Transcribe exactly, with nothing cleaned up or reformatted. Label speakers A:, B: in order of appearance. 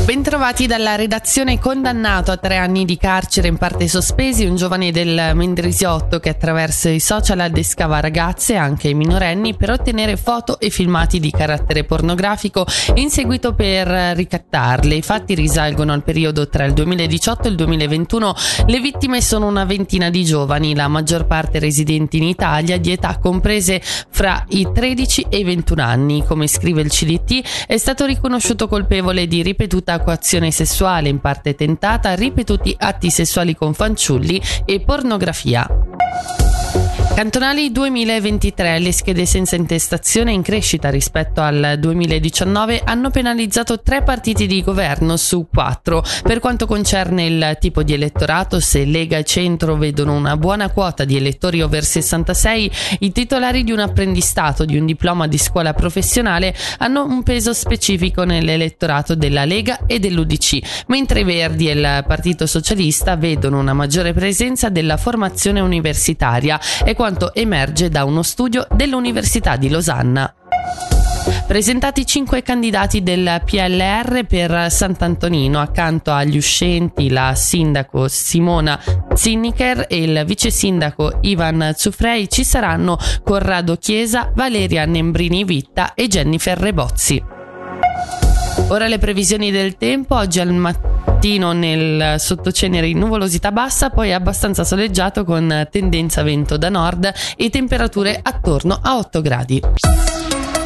A: Bentrovati dalla redazione. Condannato a tre anni di carcere in parte sospesi un giovane del Mendrisiotto che attraverso i social addescava ragazze, anche minorenni, per ottenere foto e filmati di carattere pornografico in seguito per ricattarle. I fatti risalgono al periodo tra il duemiladiciotto e il duemilaventuno. Le vittime sono una ventina di giovani, la maggior parte residenti in Italia, di età comprese fra i tredici e i ventuno anni. Come scrive il C D T, è stato riconosciuto colpevole di ripetuta coazione sessuale in parte tentata, ripetuti atti sessuali con fanciulli e pornografia. Cantonali duemilaventitré, le schede senza intestazione in crescita rispetto al duemiladiciannove hanno penalizzato tre partiti di governo su quattro. Per quanto concerne il tipo di elettorato, se Lega e Centro vedono una buona quota di elettori over sessantasei, i titolari di un apprendistato, di un diploma di scuola professionale hanno un peso specifico nell'elettorato della Lega e dell'U D C, mentre i Verdi e il Partito Socialista vedono una maggiore presenza della formazione universitaria. È quanto emerge da uno studio dell'Università di Losanna. Presentati cinque candidati del P L R per Sant'Antonino. Accanto agli uscenti la sindaco Simona Zinnicher e il vice sindaco Ivan Zufrei ci saranno Corrado Chiesa, Valeria Nembrini Vitta e Jennifer Rebozzi. Ora le previsioni del tempo. Oggi al mattino nel sottocenere nuvolosità bassa, poi abbastanza soleggiato con tendenza a vento da nord e temperature attorno a otto gradi.